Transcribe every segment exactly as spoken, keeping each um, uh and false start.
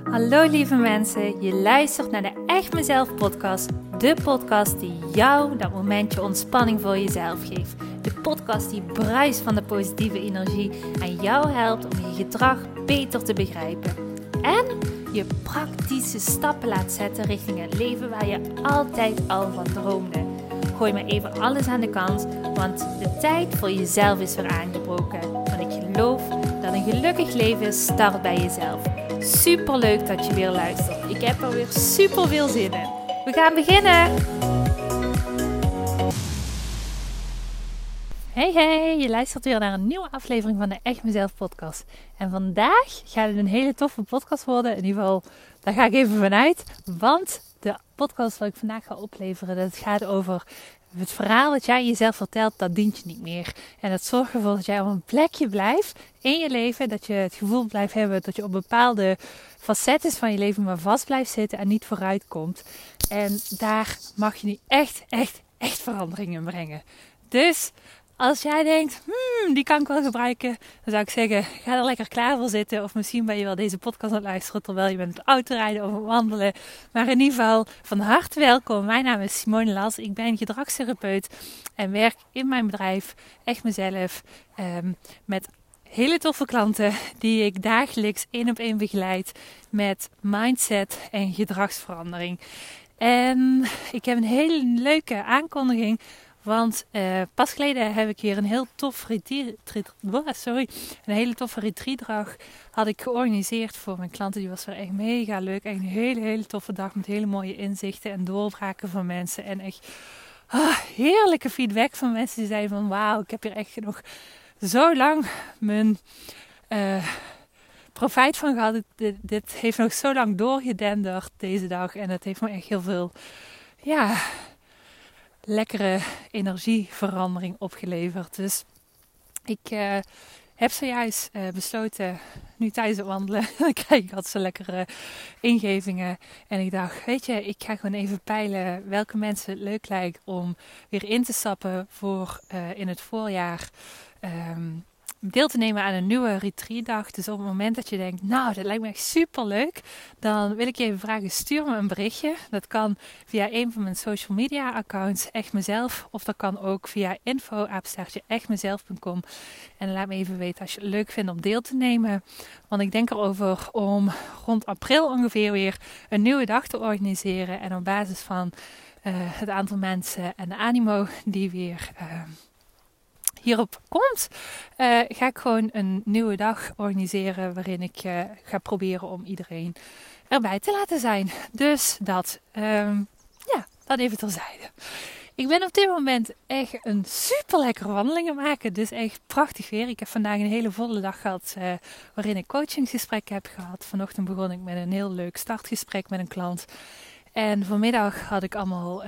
Hallo lieve mensen, je luistert naar de Echt Mezelf podcast. De podcast die jou dat momentje ontspanning voor jezelf geeft. De podcast die bruist van de positieve energie en jou helpt om je gedrag beter te begrijpen. En je praktische stappen laat zetten richting het leven waar je altijd al van droomde. Gooi maar even alles aan de kant, want de tijd voor jezelf is weer aangebroken. Want ik geloof dat een gelukkig leven start bij jezelf. Super leuk dat je weer luistert. Ik heb er weer super veel zin in. We gaan beginnen! Hey hey, je luistert weer naar een nieuwe aflevering van de Echt Mezelf podcast. En vandaag gaat het een hele toffe podcast worden. In ieder geval, daar ga ik even vanuit. Want de podcast wat ik vandaag ga opleveren, dat gaat over het verhaal dat jij jezelf vertelt, dat dient je niet meer. En dat zorgt ervoor dat jij op een plekje blijft in je leven. Dat je het gevoel blijft hebben dat je op bepaalde facetten van je leven maar vast blijft zitten en niet vooruit komt. En daar mag je nu echt, echt, echt verandering in brengen. Dus als jij denkt, hmm, die kan ik wel gebruiken, dan zou ik zeggen, ga er lekker klaar voor zitten. Of misschien ben je wel deze podcast aan het luisteren terwijl je bent het autorijden of aan het wandelen. Maar in ieder geval, van harte welkom. Mijn naam is Simone Las. Ik ben gedragstherapeut en werk in mijn bedrijf, Echt Mezelf, um, met hele toffe klanten die ik dagelijks één op één begeleid met mindset en gedragsverandering. En ik heb een hele leuke aankondiging. Want uh, pas geleden heb ik hier een heel tof retreat, sorry, een hele toffe retreatdag had ik georganiseerd voor mijn klanten. Die was weer echt mega leuk. Echt een hele, hele toffe dag met hele mooie inzichten en doorbraken van mensen. En echt ah, heerlijke feedback van mensen die zeiden van wauw, ik heb hier echt nog zo lang mijn uh, profijt van gehad. Dit, dit heeft nog zo lang doorgedenderd deze dag. En het heeft me echt heel veel, ja, lekkere energieverandering opgeleverd. Dus ik uh, heb zojuist uh, besloten, nu tijdens het wandelen, dan krijg ik altijd zo lekkere ingevingen. En ik dacht, weet je, ik ga gewoon even peilen welke mensen het leuk lijkt om weer in te stappen voor uh, in het voorjaar Um, deel te nemen aan een nieuwe retreatdag. Dus op het moment dat je denkt, nou, dat lijkt me echt super leuk, dan wil ik je even vragen, stuur me een berichtje. Dat kan via een van mijn social media accounts, Echt Mezelf, of dat kan ook via info apenstaartje echt mezelf punt com. En laat me even weten als je het leuk vindt om deel te nemen. Want ik denk erover om rond april ongeveer weer een nieuwe dag te organiseren. En op basis van uh, het aantal mensen en de animo die weer Uh, hierop komt, uh, ga ik gewoon een nieuwe dag organiseren waarin ik uh, ga proberen om iedereen erbij te laten zijn. Dus dat, um, ja, dat even terzijde. Ik ben op dit moment echt een super lekkere wandeling aan maken. Dus echt prachtig weer. Ik heb vandaag een hele volle dag gehad uh, waarin ik coachingsgesprekken heb gehad. Vanochtend begon ik met een heel leuk startgesprek met een klant. En vanmiddag had ik allemaal Uh,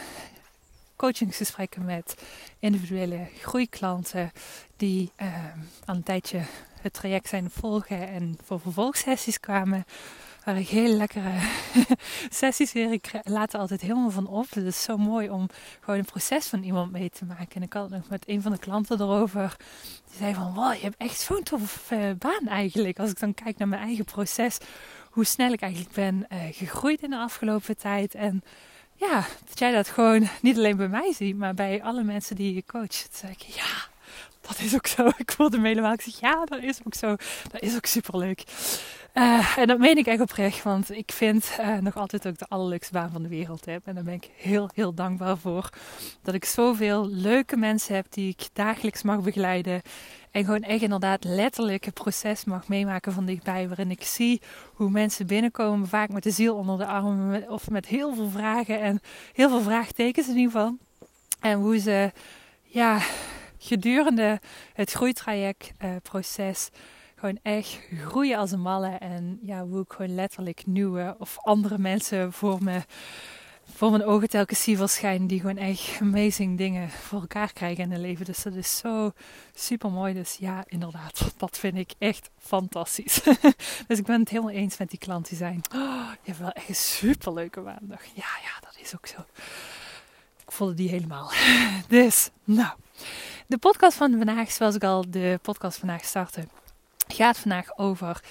coachingsgesprekken met individuele groeiklanten die uh, al een tijdje het traject zijn volgen en voor vervolgsessies kwamen. Waar ik hele lekkere sessies weer. Ik laat er altijd helemaal van op. Het is zo mooi om gewoon een proces van iemand mee te maken. En ik had het nog met een van de klanten erover. Die zei van, wow, je hebt echt zo'n toffe uh, baan eigenlijk. Als ik dan kijk naar mijn eigen proces. Hoe snel ik eigenlijk ben uh, gegroeid in de afgelopen tijd. En ja, dat jij dat gewoon niet alleen bij mij ziet, maar bij alle mensen die je coacht. Dan zeg ik, ja, dat is ook zo. Ik voelde me helemaal, ik zeg, ja, dat is ook zo. Dat is ook superleuk. Uh, en dat meen ik echt oprecht, want ik vind uh, nog altijd ook de allerleukste baan van de wereld heb. En daar ben ik heel, heel dankbaar voor. Dat ik zoveel leuke mensen heb die ik dagelijks mag begeleiden. En gewoon echt inderdaad letterlijk het proces mag meemaken van dichtbij. Waarin ik zie hoe mensen binnenkomen. Vaak met de ziel onder de armen. Of met heel veel vragen en heel veel vraagtekens in ieder geval. En hoe ze ja, gedurende het groeitrajectproces uh, gewoon echt groeien als een malle. En ja, hoe ik gewoon letterlijk nieuwe of andere mensen voor me voor mijn ogen telkens zie verschijnen die gewoon echt amazing dingen voor elkaar krijgen in hun leven. Dus dat is zo super mooi. Dus ja, inderdaad, dat vind ik echt fantastisch. Dus ik ben het helemaal eens met die klant die zijn. Oh, je hebt wel echt een super leuke maandag. Ja, ja, dat is ook zo. Ik voelde die helemaal. Dus, nou. De podcast van vandaag, zoals ik al de podcast vandaag startte, gaat vandaag over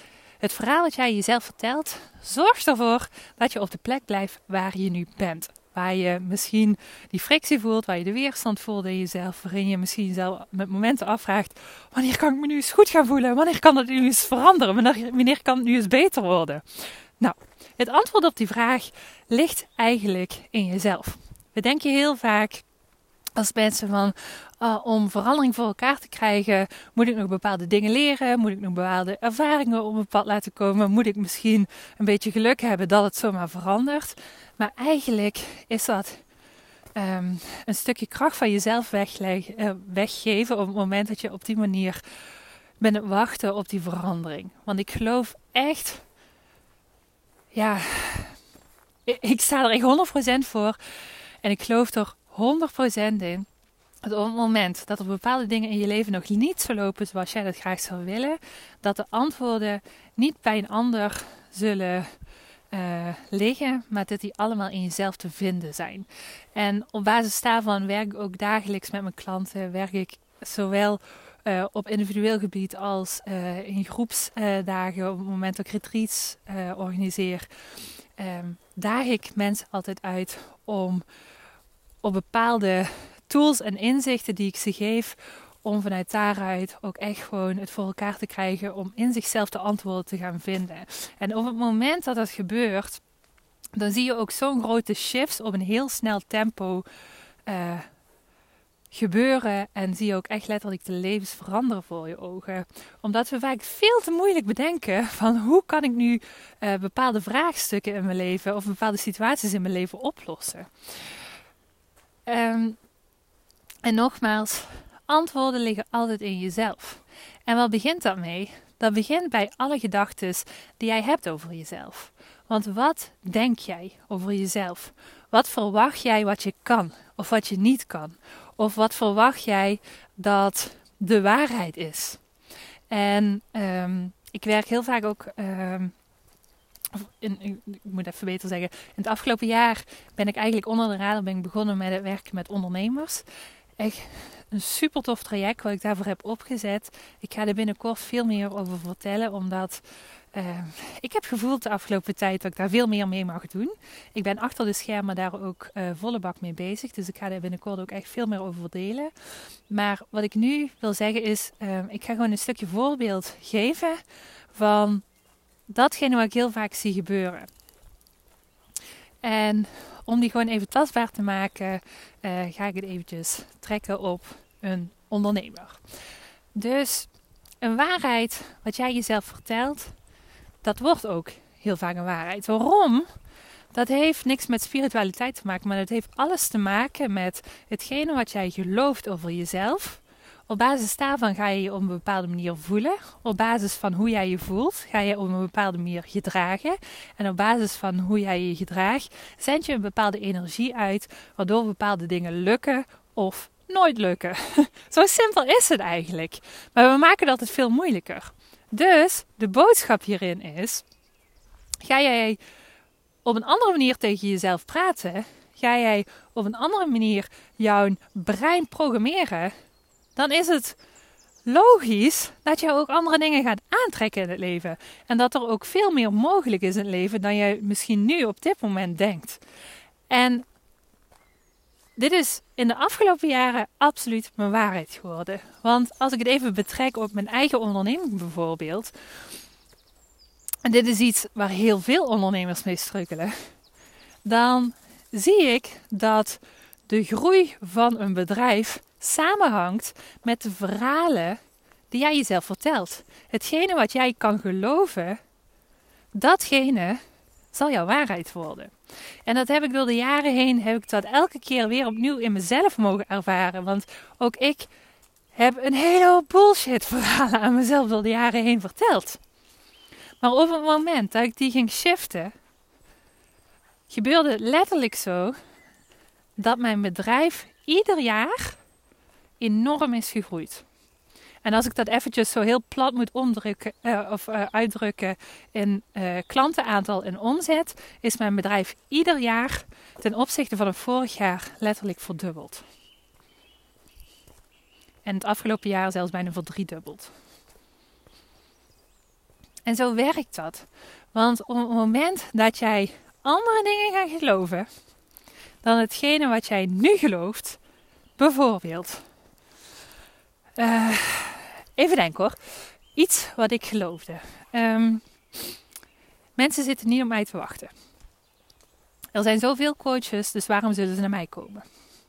Het verhaal wat jij jezelf vertelt, zorgt ervoor dat je op de plek blijft waar je nu bent. Waar je misschien die frictie voelt, waar je de weerstand voelt in jezelf. Waarin je misschien jezelf met momenten afvraagt, wanneer kan ik me nu eens goed gaan voelen? Wanneer kan het nu eens veranderen? Wanneer, wanneer kan het nu eens beter worden? Nou, het antwoord op die vraag ligt eigenlijk in jezelf. We denken heel vaak als mensen van, uh, om verandering voor elkaar te krijgen, moet ik nog bepaalde dingen leren, moet ik nog bepaalde ervaringen op mijn pad laten komen, moet ik misschien een beetje geluk hebben dat het zomaar verandert. Maar eigenlijk is dat um, een stukje kracht van jezelf wegleg, uh, weggeven op het moment dat je op die manier bent het wachten op die verandering. Want ik geloof echt, ja, ik, ik sta er echt honderd procent voor en ik geloof er honderd procent in dat op het moment dat er bepaalde dingen in je leven nog niet zo lopen zoals jij dat graag zou willen, dat de antwoorden niet bij een ander zullen uh, liggen, maar dat die allemaal in jezelf te vinden zijn. En op basis daarvan werk ik ook dagelijks met mijn klanten, werk ik zowel uh, op individueel gebied als uh, in groepsdagen, uh, op het moment dat ik retreats uh, organiseer, um, daag ik mensen altijd uit om op bepaalde tools en inzichten die ik ze geef, om vanuit daaruit ook echt gewoon het voor elkaar te krijgen om in zichzelf de antwoorden te gaan vinden. En op het moment dat dat gebeurt, dan zie je ook zo'n grote shifts op een heel snel tempo uh, gebeuren en zie je ook echt letterlijk de levens veranderen voor je ogen. Omdat we vaak veel te moeilijk bedenken van hoe kan ik nu uh, bepaalde vraagstukken in mijn leven of bepaalde situaties in mijn leven oplossen. Um, en nogmaals, antwoorden liggen altijd in jezelf. En wat begint dat mee? Dat begint bij alle gedachten die jij hebt over jezelf. Want wat denk jij over jezelf? Wat verwacht jij wat je kan of wat je niet kan? Of wat verwacht jij dat de waarheid is? En um, ik werk heel vaak ook... Um, In, ik moet even beter zeggen. In het afgelopen jaar ben ik eigenlijk onder de radar ben ik begonnen met het werken met ondernemers. Echt een super tof traject wat ik daarvoor heb opgezet. Ik ga er binnenkort veel meer over vertellen, omdat uh, ik heb gevoeld de afgelopen tijd dat ik daar veel meer mee mag doen. Ik ben achter de schermen daar ook uh, volle bak mee bezig, dus ik ga er binnenkort ook echt veel meer over delen. Maar wat ik nu wil zeggen is, uh, ik ga gewoon een stukje voorbeeld geven van datgene wat ik heel vaak zie gebeuren. En om die gewoon even tastbaar te maken, uh, ga ik het eventjes trekken op een ondernemer. Dus een waarheid wat jij jezelf vertelt, dat wordt ook heel vaak een waarheid. Waarom? Dat heeft niks met spiritualiteit te maken, maar het heeft alles te maken met hetgene wat jij gelooft over jezelf. Op basis daarvan ga je je op een bepaalde manier voelen. Op basis van hoe jij je voelt, ga je op een bepaalde manier gedragen. En op basis van hoe jij je gedraagt, zend je een bepaalde energie uit, waardoor bepaalde dingen lukken of nooit lukken. Zo simpel is het eigenlijk. Maar we maken het altijd veel moeilijker. Dus de boodschap hierin is, ga jij op een andere manier tegen jezelf praten, ga jij op een andere manier jouw brein programmeren, dan is het logisch dat je ook andere dingen gaat aantrekken in het leven. En dat er ook veel meer mogelijk is in het leven dan je misschien nu op dit moment denkt. En dit is in de afgelopen jaren absoluut mijn waarheid geworden. Want als ik het even betrek op mijn eigen onderneming bijvoorbeeld. En dit is iets waar heel veel ondernemers mee struggelen. Dan zie ik dat de groei van een bedrijf samenhangt met de verhalen die jij jezelf vertelt. Hetgene wat jij kan geloven, datgene zal jouw waarheid worden. En dat heb ik door de jaren heen, heb ik dat elke keer weer opnieuw in mezelf mogen ervaren. Want ook ik heb een hele hoop bullshit verhalen aan mezelf door de jaren heen verteld. Maar op het moment dat ik die ging shiften, gebeurde het letterlijk zo dat mijn bedrijf ieder jaar enorm is gegroeid. En als ik dat eventjes zo heel plat moet omdrukken, uh, of uh, uitdrukken in uh, klantenaantal en omzet, is mijn bedrijf ieder jaar ten opzichte van het vorig jaar letterlijk verdubbeld. En het afgelopen jaar zelfs bijna verdriedubbeld. En zo werkt dat. Want op het moment dat jij andere dingen gaat geloven dan hetgene wat jij nu gelooft, bijvoorbeeld, uh, even denken hoor, iets wat ik geloofde. Um, mensen zitten niet op mij te wachten. Er zijn zoveel coaches, dus waarom zullen ze naar mij komen?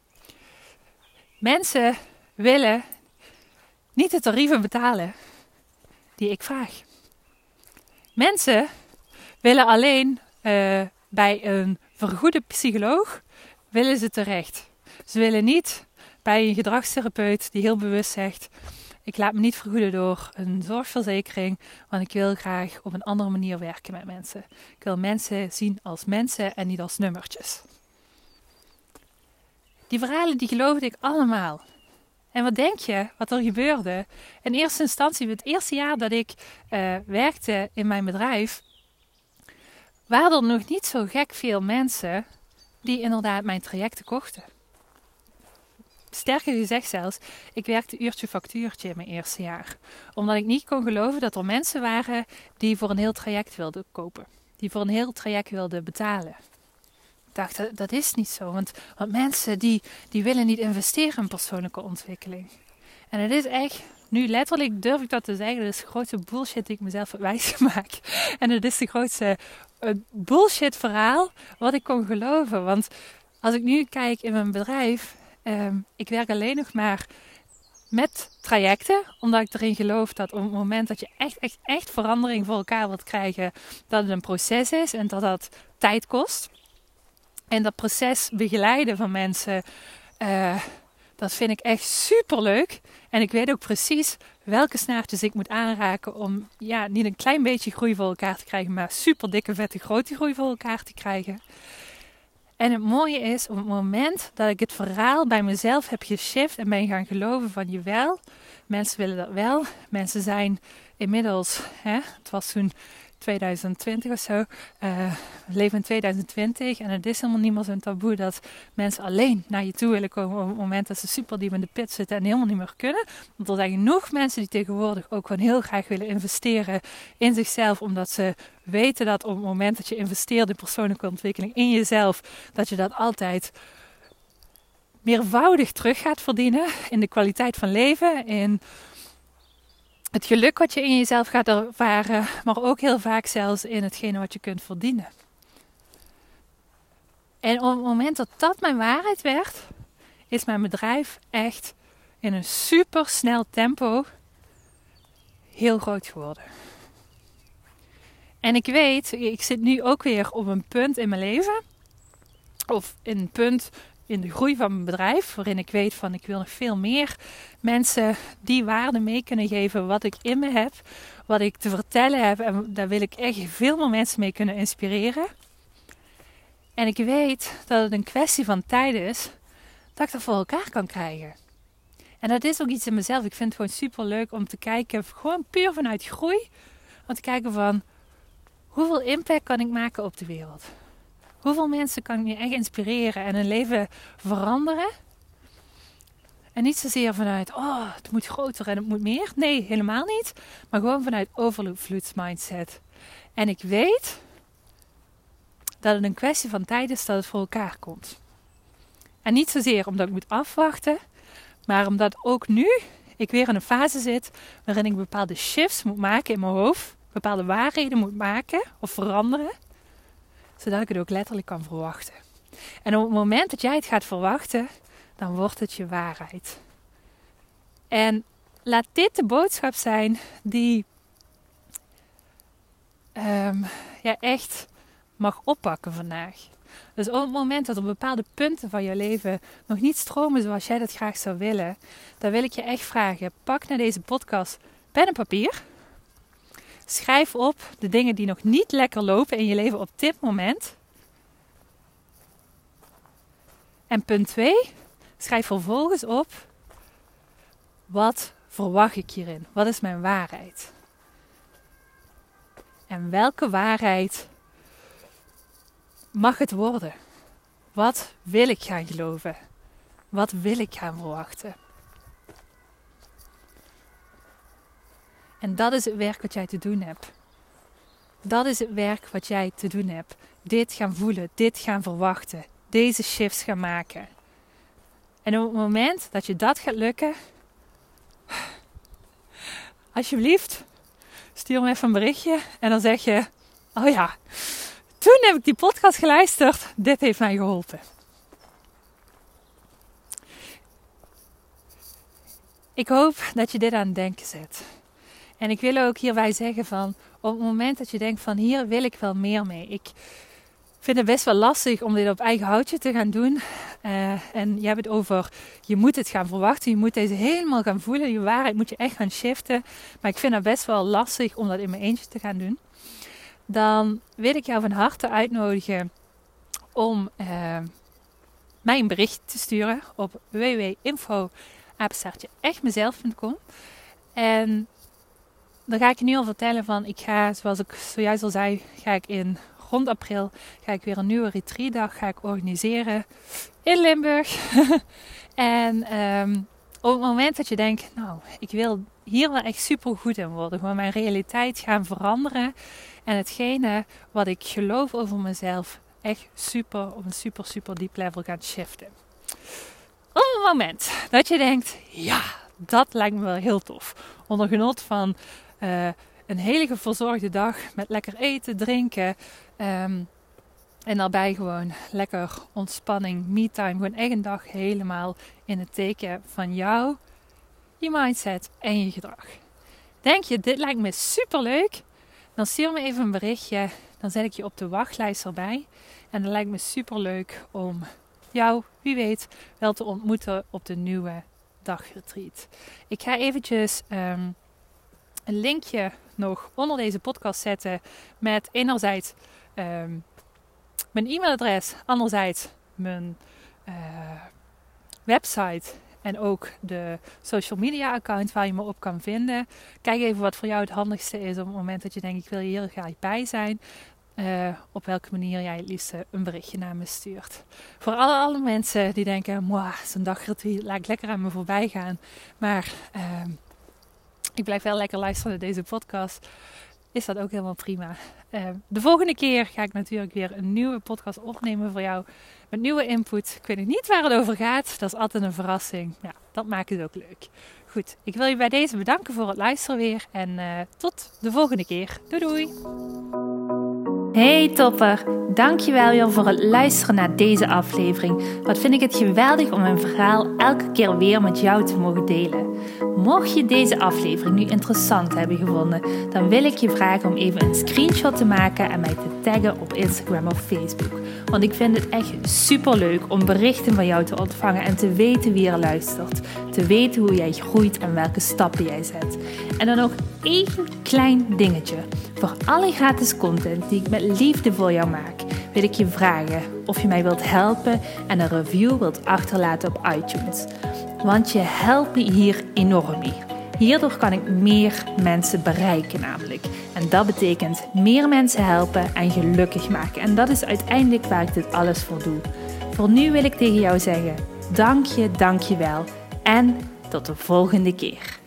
Mensen willen niet de tarieven betalen die ik vraag. Mensen willen alleen uh, bij een vergoede psycholoog willen ze terecht. Ze willen niet bij een gedragstherapeut die heel bewust zegt: ik laat me niet vergoeden door een zorgverzekering, want ik wil graag op een andere manier werken met mensen. Ik wil mensen zien als mensen en niet als nummertjes. Die verhalen die geloofde ik allemaal. En wat denk je wat er gebeurde? In eerste instantie, het eerste jaar dat ik uh, werkte in mijn bedrijf, waren er nog niet zo gek veel mensen die inderdaad mijn trajecten kochten. Sterker gezegd zelfs, ik werkte uurtje factuurtje in mijn eerste jaar. Omdat ik niet kon geloven dat er mensen waren die voor een heel traject wilden kopen. Die voor een heel traject wilden betalen. Ik dacht, dat, dat is niet zo. Want, want mensen die, die willen niet investeren in persoonlijke ontwikkeling. En het is echt, nu letterlijk durf ik dat te zeggen, dat is de grootste bullshit die ik mezelf heb wijsgemaakt. En het is de grootste uh, bullshit verhaal wat ik kon geloven. Want als ik nu kijk in mijn bedrijf, um, ik werk alleen nog maar met trajecten, omdat ik erin geloof dat op het moment dat je echt, echt, echt verandering voor elkaar wilt krijgen, dat het een proces is en dat dat tijd kost. En dat proces begeleiden van mensen, uh, dat vind ik echt super leuk. En ik weet ook precies welke snaartjes ik moet aanraken om ja, niet een klein beetje groei voor elkaar te krijgen, maar super dikke, vette, grote groei voor elkaar te krijgen. En het mooie is, op het moment dat ik het verhaal bij mezelf heb geshift en ben gaan geloven van jawel, mensen willen dat wel. Mensen zijn inmiddels, hè, het was toen twintig twintig of zo, uh, we leven in twintig twintig en het is helemaal niet meer zo'n taboe dat mensen alleen naar je toe willen komen op het moment dat ze super diep in de pit zitten en helemaal niet meer kunnen. Want er zijn genoeg mensen die tegenwoordig ook gewoon heel graag willen investeren in zichzelf, omdat ze weten dat op het moment dat je investeert in persoonlijke ontwikkeling in jezelf, dat je dat altijd meervoudig terug gaat verdienen in de kwaliteit van leven, in het geluk wat je in jezelf gaat ervaren, maar ook heel vaak zelfs in hetgene wat je kunt verdienen. En op het moment dat dat mijn waarheid werd, is mijn bedrijf echt in een super snel tempo heel groot geworden. En ik weet, ik zit nu ook weer op een punt in mijn leven, of in een punt in de groei van mijn bedrijf, waarin ik weet van ik wil nog veel meer mensen die waarde mee kunnen geven wat ik in me heb, wat ik te vertellen heb, en daar wil ik echt veel meer mensen mee kunnen inspireren. En ik weet dat het een kwestie van tijd is dat ik dat voor elkaar kan krijgen. En dat is ook iets in mezelf. Ik vind het gewoon super leuk om te kijken, gewoon puur vanuit groei, om te kijken van hoeveel impact kan ik maken op de wereld. Hoeveel mensen kan ik nu echt inspireren en hun leven veranderen? En niet zozeer vanuit, oh, het moet groter en het moet meer. Nee, helemaal niet. Maar gewoon vanuit overvloedsmindset. En ik weet dat het een kwestie van tijd is dat het voor elkaar komt. En niet zozeer omdat ik moet afwachten, maar omdat ook nu ik weer in een fase zit waarin ik bepaalde shifts moet maken in mijn hoofd. Bepaalde waarheden moet maken of veranderen, zodat ik het ook letterlijk kan verwachten. En op het moment dat jij het gaat verwachten, dan wordt het je waarheid. En laat dit de boodschap zijn die um, ja, echt mag oppakken vandaag. Dus op het moment dat er bepaalde punten van je leven nog niet stromen zoals jij dat graag zou willen, dan wil ik je echt vragen, pak naar deze podcast pen en papier. Schrijf op de dingen die nog niet lekker lopen in je leven op dit moment. En punt twee, schrijf vervolgens op, wat verwacht ik hierin? Wat is mijn waarheid? En welke waarheid mag het worden? Wat wil ik gaan geloven? Wat wil ik gaan verwachten? En dat is het werk wat jij te doen hebt. Dat is het werk wat jij te doen hebt. Dit gaan voelen, dit gaan verwachten, deze shifts gaan maken. En op het moment dat je dat gaat lukken, alsjeblieft, stuur me even een berichtje en dan zeg je, oh ja, toen heb ik die podcast geluisterd, dit heeft mij geholpen. Ik hoop dat je dit aan het denken zet. En ik wil ook hierbij zeggen van, op het moment dat je denkt van, hier wil ik wel meer mee. Ik vind het best wel lastig om dit op eigen houtje te gaan doen. Uh, en je hebt het over, je moet het gaan verwachten. Je moet deze helemaal gaan voelen. Je waarheid moet je echt gaan shiften. Maar ik vind het best wel lastig om dat in mijn eentje te gaan doen. Dan wil ik jou van harte uitnodigen om uh, mij een bericht te sturen op w w w punt info apenstaartje echt mezelf punt com. En dan ga ik je nu al vertellen van, ik ga, zoals ik zojuist al zei, ga ik in rond april ga ik weer een nieuwe retreatdag ga ik organiseren in Limburg. en um, op het moment dat je denkt, nou, ik wil hier wel echt super goed in worden, gewoon mijn realiteit gaan veranderen en hetgene wat ik geloof over mezelf echt super, op een super, super diep level gaan shiften. Op het moment dat je denkt, ja, dat lijkt me wel heel tof. Onder genot van uh, een hele verzorgde dag met lekker eten, drinken. Um, en daarbij gewoon lekker ontspanning, me-time. Gewoon echt een dag helemaal in het teken van jou, je mindset en je gedrag. Denk je, dit lijkt me super leuk? Dan stuur me even een berichtje. Dan zet ik je op de wachtlijst erbij. En dat lijkt me super leuk om jou, wie weet, wel te ontmoeten op de nieuwe dagretreat. Ik ga eventjes um, een linkje nog onder deze podcast zetten met enerzijds um, mijn e-mailadres, anderzijds mijn uh, website en ook de social media account waar je me op kan vinden. Kijk even wat voor jou het handigste is op het moment dat je denkt, ik wil hier graag bij zijn. Uh, op welke manier jij het liefst een berichtje naar me stuurt. Voor alle, alle mensen die denken, zo'n dagretreat laat ik lekker aan me voorbij gaan. Maar uh, ik blijf wel lekker luisteren naar deze podcast. Is dat ook helemaal prima. Uh, de volgende keer ga ik natuurlijk weer een nieuwe podcast opnemen voor jou. Met nieuwe input. Ik weet nog niet waar het over gaat. Dat is altijd een verrassing. Ja, dat maakt het ook leuk. Goed, ik wil je bij deze bedanken voor het luisteren weer. En uh, tot de volgende keer. Doei doei! Hey topper, dankjewel weer voor het luisteren naar deze aflevering. Wat vind ik het geweldig om mijn verhaal elke keer weer met jou te mogen delen. Mocht je deze aflevering nu interessant hebben gevonden, dan wil ik je vragen om even een screenshot te maken en mij te taggen op Instagram of Facebook. Want ik vind het echt super leuk om berichten van jou te ontvangen en te weten wie er luistert. Te weten hoe jij groeit en welke stappen jij zet. En dan nog één klein dingetje. Voor alle gratis content die ik met liefde voor jou maak, wil ik je vragen of je mij wilt helpen en een review wilt achterlaten op iTunes. Want je helpt me hier enorm mee. Hierdoor kan ik meer mensen bereiken namelijk. En dat betekent meer mensen helpen en gelukkig maken. En dat is uiteindelijk waar ik dit alles voor doe. Voor nu wil ik tegen jou zeggen, dank je, dank je wel. En tot de volgende keer.